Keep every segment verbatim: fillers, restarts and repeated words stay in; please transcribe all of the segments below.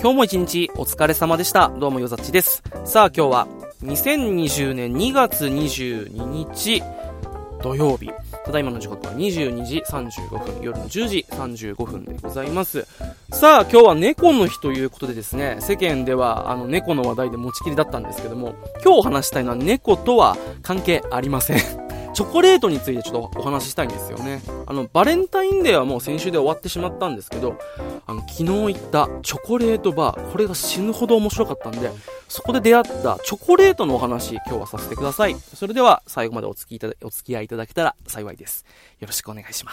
今日も一日お疲れ様でした。どうもよざっちです。さあ今日はにせんにじゅうねんにがつにじゅうににち土曜日、ただいまの時刻はにじゅうにじさんじゅうごふん、夜のじゅうじさんじゅうごふんでございます。さあ今日は猫の日ということでですね、世間ではあの猫の話題で持ちきりだったんですけども、今日お話したいのは猫とは関係ありませんチョコレートについてちょっとお話ししたいんですよね。あのバレンタインデーはもう先週で終わってしまったんですけど、あの昨日行ったチョコレートバー、これが死ぬほど面白かったんで、そこで出会ったチョコレートのお話、今日はさせてください。それでは最後までお付きいただお付き合いいただけたら幸いです。よろしくお願いします。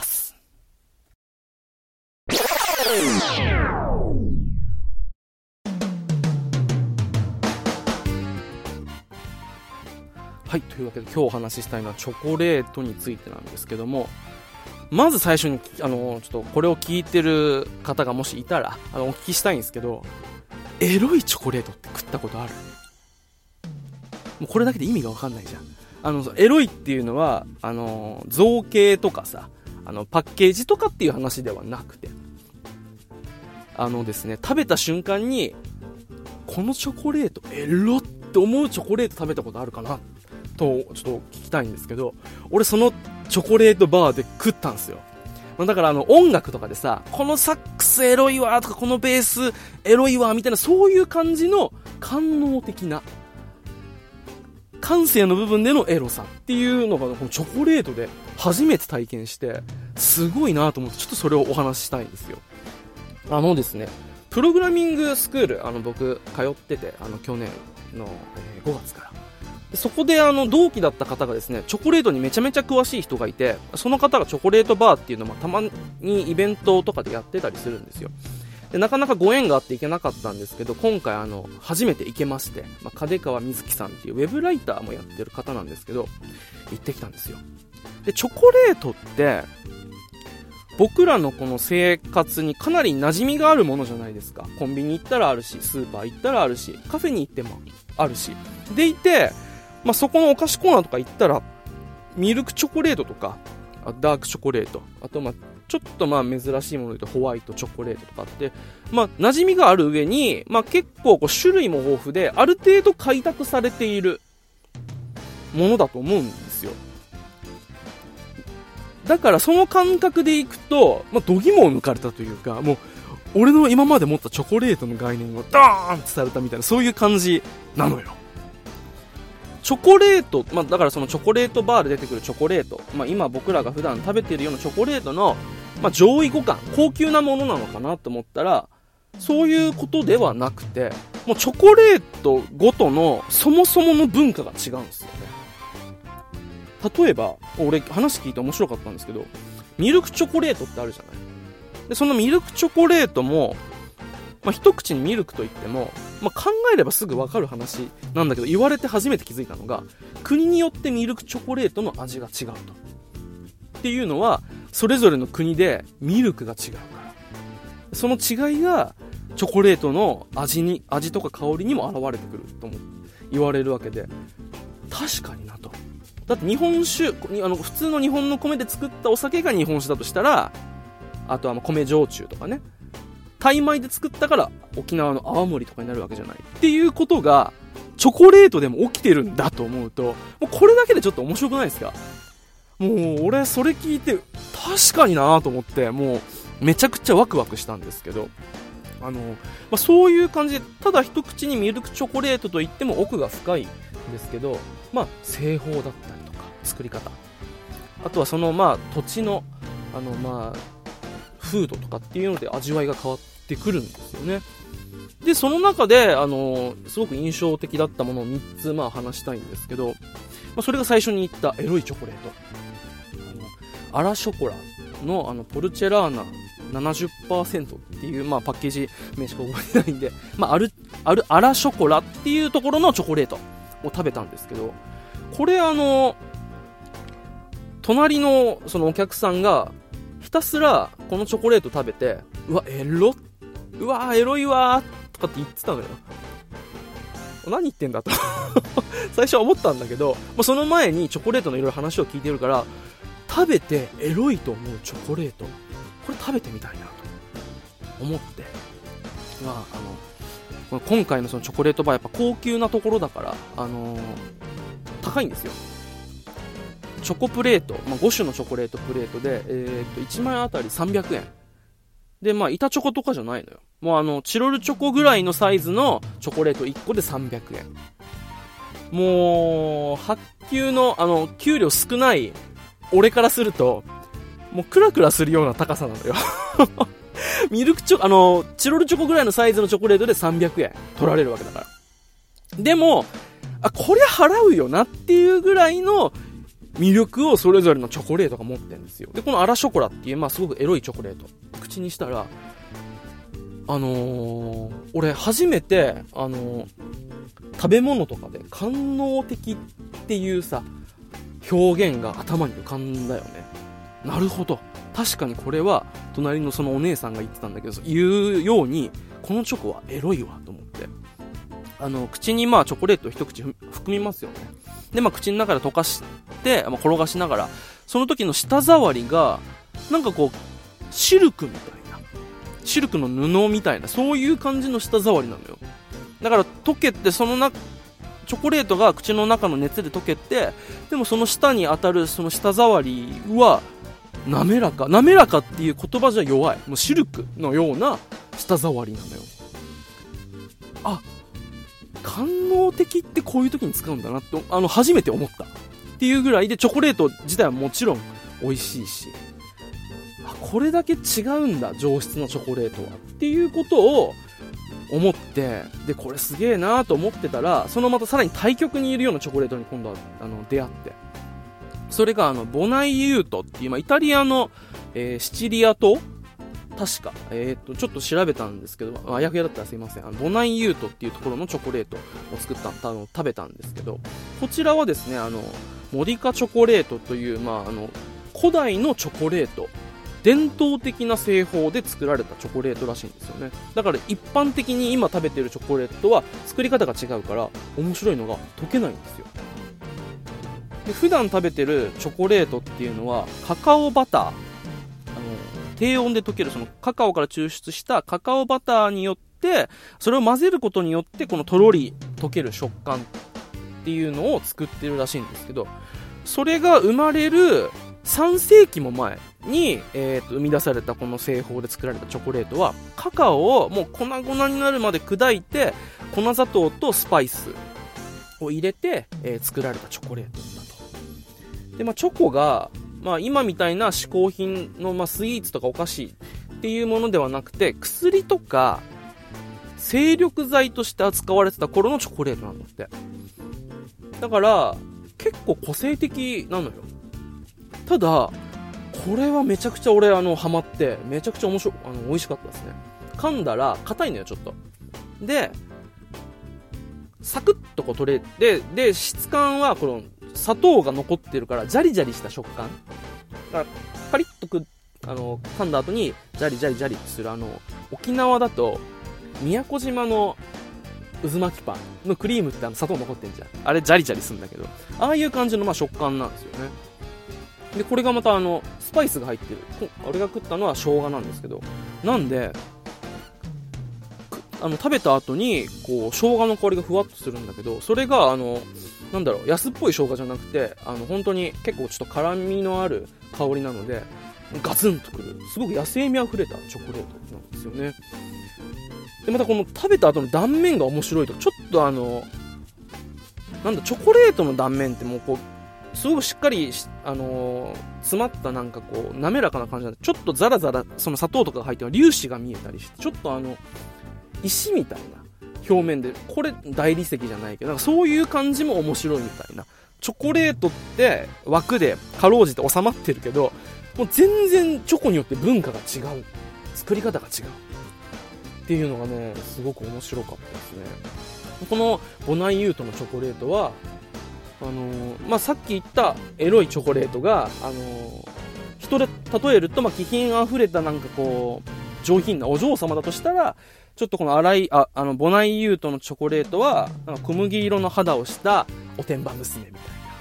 はい、というわけで今日お話ししたいのはチョコレートについてなんですけども、まず最初にあのちょっとこれを聞いてる方がもしいたらあのお聞きしたいんですけど、エロいチョコレートって食ったことある？もうこれだけで意味が分かんないじゃん。あのエロいっていうのはあの造形とかさ、あのパッケージとかっていう話ではなくて、あのですね、食べた瞬間にこのチョコレートエロって思うチョコレート食べたことあるかなとちょっと聞きたいんですけど、俺そのチョコレートバーで食ったんですよ。だからあの音楽とかでさ、このサックスエロいわとか、このベースエロいわみたいな、そういう感じの官能的な感性の部分でのエロさっていうのがこのチョコレートで初めて体験して、すごいなと思って、ちょっとそれをお話ししたいんですよ。あのですね、プログラミングスクール、あの僕通ってて、あの去年のごがつからそこであの同期だった方がですね、チョコレートにめちゃめちゃ詳しい人がいて、その方がチョコレートバーっていうのもたまにイベントとかでやってたりするんですよ。でなかなかご縁があって行けなかったんですけど、今回あの初めて行けまして、まあ、金川瑞希さんっていうウェブライターもやってる方なんですけど、行ってきたんですよ。でチョコレートって僕らのこの生活にかなり馴染みがあるものじゃないですか。コンビニ行ったらあるし、スーパー行ったらあるし、カフェに行ってもあるしでいて、まあ、そこのお菓子コーナーとか行ったらミルクチョコレートとかダークチョコレート、あとまあちょっとまあ珍しいもので言うとホワイトチョコレートとかあって、まあ馴染みがある上に、まあ結構こう種類も豊富で、ある程度開拓されているものだと思うんですよ。だからその感覚でいくと、まあ度肝を抜かれたというか、もう俺の今まで持ったチョコレートの概念をドーンってされたみたいな、そういう感じなのよ。チョコレート、まあ、だからそのチョコレートバーで出てくるチョコレート、まあ、今僕らが普段食べているようなチョコレートの、まあ、上位互換、高級なものなのかなと思ったら、そういうことではなくて、もうチョコレートごとのそもそもの文化が違うんですよね。例えば俺話聞いて面白かったんですけど、ミルクチョコレートってあるじゃない。でそのミルクチョコレートも、まあ、一口にミルクといっても、まあ、考えればすぐ分かる話なんだけど、言われて初めて気づいたのが、国によってミルクチョコレートの味が違うと。っていうのはそれぞれの国でミルクが違うから、その違いがチョコレートの味に味とか香りにも現れてくるとも言われるわけで、確かになと。だって日本酒、あの普通の日本の米で作ったお酒が日本酒だとしたら、あとはまあ米焼酎とかね、タイ米で作ったから沖縄の泡盛とかになるわけじゃないっていうことがチョコレートでも起きてるんだと思うと、もうこれだけでちょっと面白くないですか？もう俺それ聞いて確かになと思って、もうめちゃくちゃワクワクしたんですけど、あの、まあ、そういう感じで、ただ一口にミルクチョコレートといっても奥が深いんですけど、まあ製法だったりとか作り方、あとはそのまあ土地のあのまあ風土とかっていうので味わいが変わってってくるんですよね。でその中であのすごく印象的だったものをみっつまあ話したいんですけど、まあ、それが最初に言ったエロいチョコレート、あのアラショコラのあのポルチェラーナ ななじゅっパーセント っていう、まあ、パッケージ名しか覚えてないんで、まあ、あるあるアラショコラっていうところのチョコレートを食べたんですけど、これあの隣のそのお客さんがひたすらこのチョコレート食べて、うわエロっうわーエロいわーとかって言ってたのよ。何言ってんだと最初は思ったんだけど、まあ、その前にチョコレートのいろいろ話を聞いてるから、食べてエロいと思うチョコレート、これ食べてみたいなと思って、まああの今回のそのチョコレートバーやっぱ高級なところだから、あのー、高いんですよ。チョコプレート、まあ、ご種のチョコレートプレートで、えー、っといちまいあたりさんびゃくえんで、まあ板チョコとかじゃないのよ。もうあのチロルチョコぐらいのサイズのチョコレートいっこでさんびゃくえん。もう発給のあの給料少ない俺からするともうクラクラするような高さなのよミルクチョコ、あのチロルチョコぐらいのサイズのチョコレートでさんびゃくえん取られるわけだから。でもあこりゃ払うよなっていうぐらいの魅力をそれぞれのチョコレートが持ってるんですよ。でこのアラショコラっていう、まあ、すごくエロいチョコレート口にしたら、あのー、俺初めて、あのー、食べ物とかで官能的っていうさ表現が頭に浮かんだよね。なるほど、確かにこれは隣のそのお姉さんが言ってたんだけど、言うようにこのチョコはエロいわと思って、あの口にまあチョコレートを一口含みますよね。でまあ口の中で溶かして、まあ、転がしながら、その時の舌触りがなんかこうシルクみたいな、シルクの布みたいな、そういう感じの舌触りなのよ。だから溶けて、そのなチョコレートが口の中の熱で溶けて、でもその舌に当たるその舌触りは滑らか、滑らかっていう言葉じゃ弱い、もうシルクのような舌触りなのよ。あ、官能的ってこういう時に使うんだなってあの初めて思ったっていうぐらいで、チョコレート自体はもちろん美味しいし、あこれだけ違うんだ上質のチョコレートはっていうことを思って、でこれすげえなと思ってたら、そのまたさらに対極にいるようなチョコレートに今度はあの出会って、それがあのボナイユートっていう、まあ、イタリアの、えー、シチリア島、確か、えー、っとちょっと調べたんですけど、あやふやだったらすいません。あのボナイユートっていうところのチョコレートを作ったあの食べたんですけど、こちらはですね、あのモディカチョコレートという、まあ、あの古代のチョコレート、伝統的な製法で作られたチョコレートらしいんですよね。だから一般的に今食べてるチョコレートとは作り方が違うから、面白いのが溶けないんですよ。で普段食べてるチョコレートっていうのはカカオバター、あの低温で溶けるそのカカオから抽出したカカオバターによって、それを混ぜることによってこのとろり溶ける食感っていうのを作ってるらしいんですけど、それが生まれるさんせいきも前に、えー、と生み出されたこの製法で作られたチョコレートは、カカオをもう粉々になるまで砕いて、粉砂糖とスパイスを入れて、えー、作られたチョコレートだと。で、まあ、チョコが、まあ、今みたいな嗜好品の、まあ、スイーツとかお菓子っていうものではなくて、薬とか精力剤として扱われてた頃のチョコレートなんだって。だから結構個性的なのよ。ただこれはめちゃくちゃ俺あのハマって、めちゃくちゃ面白い、あの美味しかったですね。噛んだら硬いのよちょっと。でサクッとこう取れて、で質感はこの砂糖が残ってるからジャリジャリした食感だから、パリッとくあの噛んだ後にジャリジャリジャリってする、あの沖縄だと宮古島の渦巻きパンのクリームってあの砂糖残ってんじゃん、あれジャリジャリするんだけど、ああいう感じのまあ食感なんですよね。でこれがまたあのスパイスが入ってる、俺が食ったのは生姜なんですけど、なんであの食べた後にこう生姜の香りがふわっとするんだけど、それがあのなんだろう、安っぽい生姜じゃなくて、あの本当に結構ちょっと辛みのある香りなのでガツンとくる、すごく野生味あふれたチョコレートなんですよね。でまたこの食べた後の断面が面白いと、ちょっとあのなんだ、チョコレートの断面ってもうこうすごくしっかりあのー、詰まったなんかこう滑らかな感じなんで、ちょっとザラザラその砂糖とかが入って粒子が見えたりして、ちょっとあの石みたいな表面で、これ大理石じゃないけどなんかそういう感じも面白いみたいな。チョコレートって枠でかろうじて収まってるけど、もう全然チョコによって文化が違う、作り方が違うっていうのがね、すごく面白かったですね。このボナイユートのチョコレートはあのーまあ、さっき言ったエロいチョコレートが、あのー、人で例えると、まあ、気品あふれたなんかこう上品なお嬢様だとしたら、ちょっとこの粗いああのボナイユートのチョコレートはなんか小麦色の肌をしたおてんば娘みたいな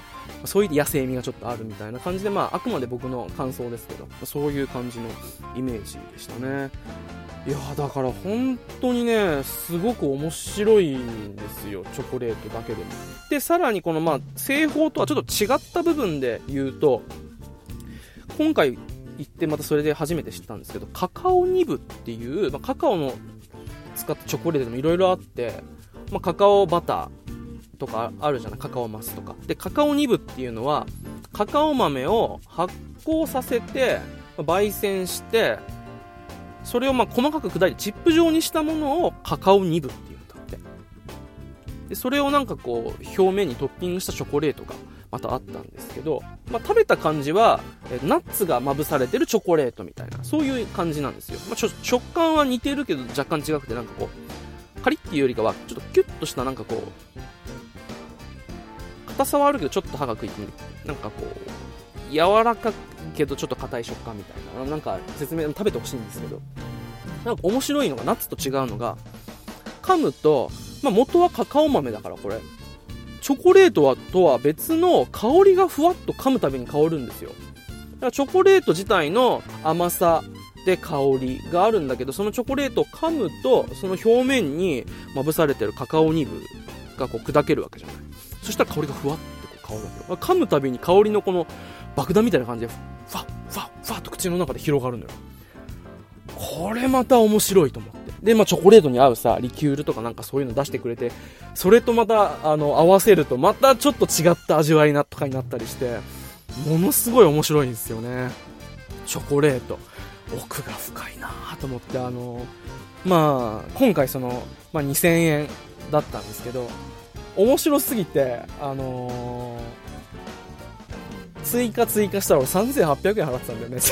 そういう野生味がちょっとあるみたいな感じで、まああくまで僕の感想ですけど、そういう感じのイメージでしたね。いやだから本当にね、すごく面白いんですよ、チョコレートだけでも。でさらにこのまあ製法とはちょっと違った部分で言うと、今回行ってまたそれで初めて知ったんですけど、カカオニブっていう、まあ、カカオの使ったチョコレートでもいろいろあって、まあ、カカオバターとかあるじゃない、カカオマスとかで、カカオニブっていうのはカカオ豆を発酵させて焙煎して、それをまあ細かく砕いてチップ状にしたものをカカオニブっていうんだって。でそれをなんかこう表面にトッピングしたチョコレートがまたあったんですけど、まあ、食べた感じはえナッツがまぶされてるチョコレートみたいな、そういう感じなんですよ。まあ、ちょ食感は似てるけど若干違くて、なんかこうカリッっていうよりかはちょっとキュッとしたなんかこう硬さはあるけどちょっと歯が食い込んで、なんかこう柔らかけどちょっと硬い食感みたいな、なんか説明食べてほしいんですけど、なんか面白いのがナッツと違うのが、噛むと、まあ、元はカカオ豆だからこれチョコレートはとは別の香りがふわっと噛むたびに香るんですよ。だからチョコレート自体の甘さで香りがあるんだけど、そのチョコレートを噛むとその表面にまぶされてるカカオニブがこう砕けるわけじゃない。そしたら香りがふわってこう香るわけよ。噛むたびに香りのこの爆弾みたいな感じでファッファッファッと口の中で広がるのよ。これまた面白いと思って。で、まあチョコレートに合うさ、リキュールとかなんかそういうの出してくれて、それとまた、あの、合わせるとまたちょっと違った味わいなとかになったりして、ものすごい面白いんですよね。チョコレート。奥が深いなと思って、あの、まあ今回その、まあにせんえんだったんですけど、面白すぎて、あのー、追加追加したら俺さんぜんはっぴゃくえん払ってたんだよね。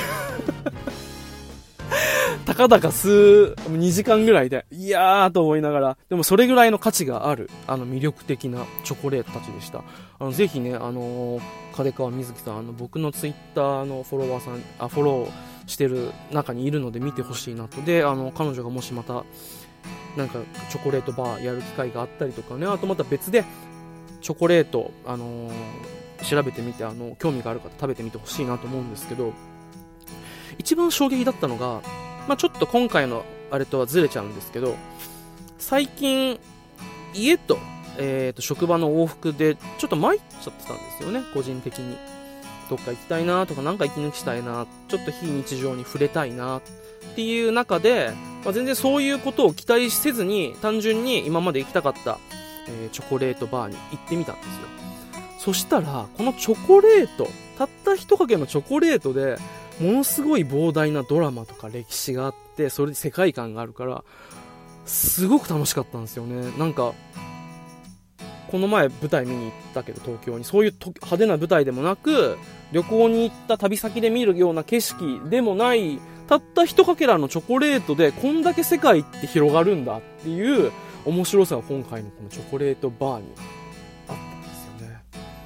たかだか数、にじかんぐらいで、いやーと思いながら、でもそれぐらいの価値がある、あの魅力的なチョコレートたちでした。あのぜひね、あのー、金川瑞希さん、あの僕のツイッターのフォロワーさん、あ、フォローしてる中にいるので見てほしいなと。で、あの、彼女がもしまた、なんかチョコレートバーやる機会があったりとかね、あとまた別でチョコレート、あのー、調べてみて、あの興味がある方食べてみてほしいなと思うんですけど、一番衝撃だったのが、まあ、ちょっと今回のあれとはずれちゃうんですけど、最近家と、えー、と職場の往復でちょっと参っちゃってたんですよね。個人的にどっか行きたいなとか、なんか息抜きしたいな、ちょっと非日常に触れたいなっていう中で、まあ、全然そういうことを期待せずに、単純に今まで行きたかった、えー、チョコレートバーに行ってみたんですよ。そしたらこのチョコレート、たった一かけのチョコレートでものすごい膨大なドラマとか歴史があって、それで世界観があるからすごく楽しかったんですよね。なんかこの前舞台見に行ったけど、東京にそういう派手な舞台でもなく、旅行に行った旅先で見るような景色でもない、たった一かけらのチョコレートでこんだけ世界って広がるんだっていう面白さが今回のこのチョコレートバーにあったんですよね。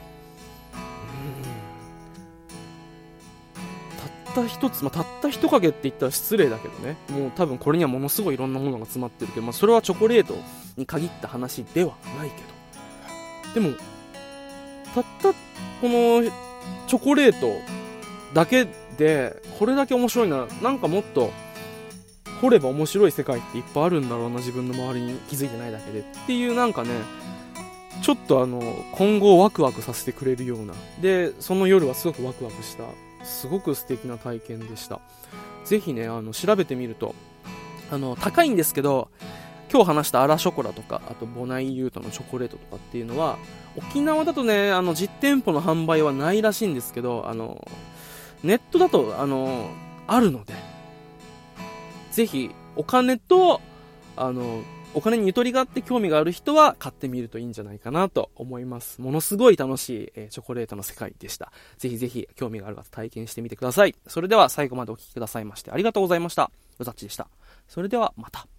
うん、たった一つ、まあ、たった一かけって言ったら失礼だけどね、もう多分これにはものすごいいろんなものが詰まってるけど、まあ、それはチョコレートに限った話ではないけど、でもたったこのチョコレートだけでこれだけ面白いなら、なんかもっと掘れば面白い世界っていっぱいあるんだろうな、自分の周りに気づいてないだけでっていう、なんかね、ちょっとあの今後ワクワクさせてくれるような、でその夜はすごくワクワクした、すごく素敵な体験でした。ぜひね、あの調べてみると、あの高いんですけど、今日話したアラショコラとか、あとボナイユートのチョコレートとかっていうのは沖縄だとね、あの実店舗の販売はないらしいんですけど、あのネットだとあのあるので、ぜひお金とあのお金にゆとりがあって興味がある人は買ってみるといいんじゃないかなと思います。ものすごい楽しい、えー、チョコレートの世界でした。ぜひぜひ興味がある方体験してみてください。それでは最後までお聞きくださいましてありがとうございました。うざっちでした。それではまた。